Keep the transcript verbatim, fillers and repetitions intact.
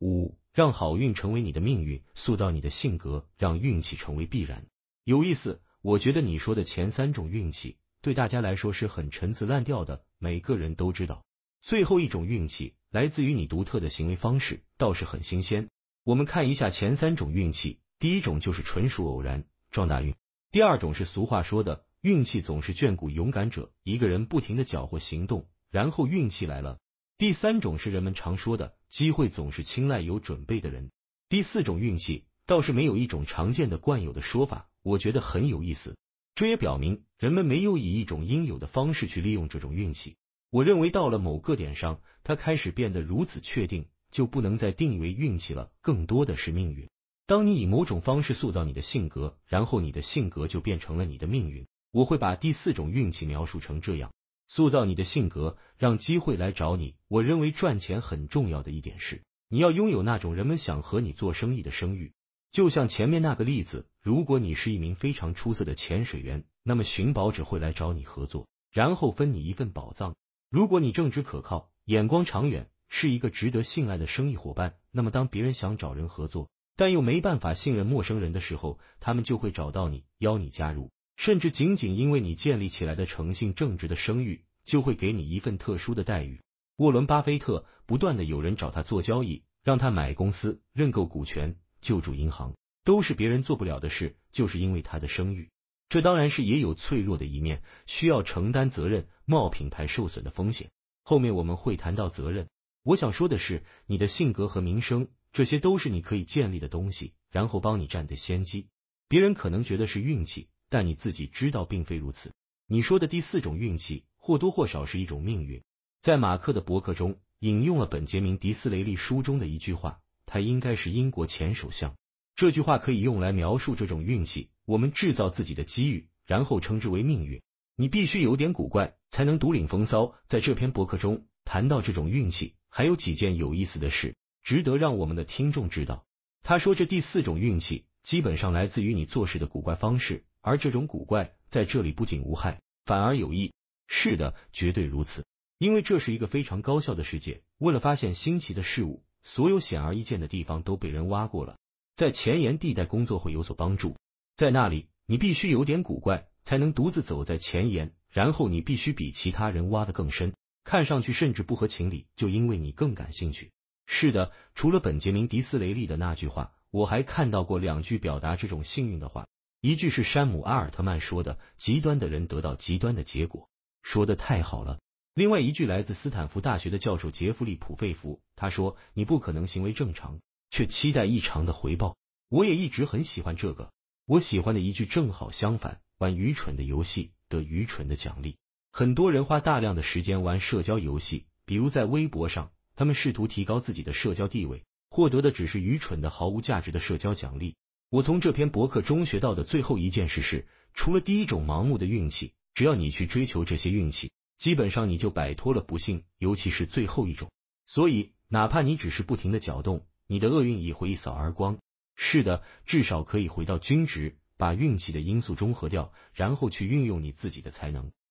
五，让好运成为你的命运，塑造你的性格，让运气成为必然。有意思，我觉得你说的前三种运气对大家来说是很陈词滥调的，每个人都知道。最后一种运气来自于你独特的行为方式，倒是很新鲜。我们看一下前三种运气，第一种就是纯属偶然，撞大运；第二种是俗话说的运气总是眷顾勇敢者，一个人不停的搅和行动，然后运气来了；第三种是人们常说的机会总是青睐有准备的人。第四种运气倒是没有一种常见的惯有的说法，我觉得很有意思。这也表明人们没有以一种应有的方式去利用这种运气。我认为到了某个点上，它开始变得如此确定，就不能再定义为运气了，更多的是命运。当你以某种方式塑造你的性格，然后你的性格就变成了你的命运。我会把第四种运气描述成这样：塑造你的性格，让机会来找你。我认为赚钱很重要的一点是，你要拥有那种人们想和你做生意的声誉。就像前面那个例子，如果你是一名非常出色的潜水员，那么寻宝者会来找你合作，然后分你一份宝藏。如果你正直可靠，眼光长远，是一个值得信赖的生意伙伴，那么当别人想找人合作，但又没办法信任陌生人的时候，他们就会找到你，邀你加入，甚至仅仅因为你建立起来的诚信正直的声誉，就会给你一份特殊的待遇。沃伦·巴菲特不断的有人找他做交易，让他买公司、认购股权、救助银行，都是别人做不了的事，就是因为他的声誉。这当然是也有脆弱的一面，需要承担责任，冒品牌受损的风险。后面我们会谈到责任。我想说的是，你的性格和名声，这些都是你可以建立的东西，然后帮你占得先机。别人可能觉得是运气，但你自己知道并非如此。你说的第四种运气，或多或少是一种命运。在马克的博客中，引用了本杰明·迪斯雷利书中的一句话，他应该是英国前首相。这句话可以用来描述这种运气，我们制造自己的机遇，然后称之为命运。你必须有点古怪，才能独领风骚。在这篇博客中谈到这种运气，还有几件有意思的事，值得让我们的听众知道。他说这第四种运气，基本上来自于你做事的古怪方式，而这种古怪在这里不仅无害，反而有益。是的，绝对如此。因为这是一个非常高效的世界，为了发现新奇的事物，所有显而易见的地方都被人挖过了。在前沿地带工作会有所帮助，在那里你必须有点古怪，才能独自走在前沿，然后你必须比其他人挖得更深，看上去甚至不合情理，就因为你更感兴趣。是的，除了本杰明·迪斯雷利的那句话，我还看到过两句表达这种幸运的话。一句是山姆·阿尔特曼说的，极端的人得到极端的结果，说的太好了。另外一句来自斯坦福大学的教授杰弗里·普费弗，他说，你不可能行为正常，却期待异常的回报。我也一直很喜欢这个。我喜欢的一句正好相反，玩愚蠢的游戏得愚蠢的奖励。很多人花大量的时间玩社交游戏，比如在微博上，他们试图提高自己的社交地位，获得的只是愚蠢的毫无价值的社交奖励。我从这篇博客中学到的最后一件事是，除了第一种盲目的运气，只要你去追求这些运气，基本上你就摆脱了不幸，尤其是最后一种。所以哪怕你只是不停的搅动，你的厄运也会一扫而光。是的，至少可以回到均值，把运气的因素中和掉，然后去运用你自己的才能。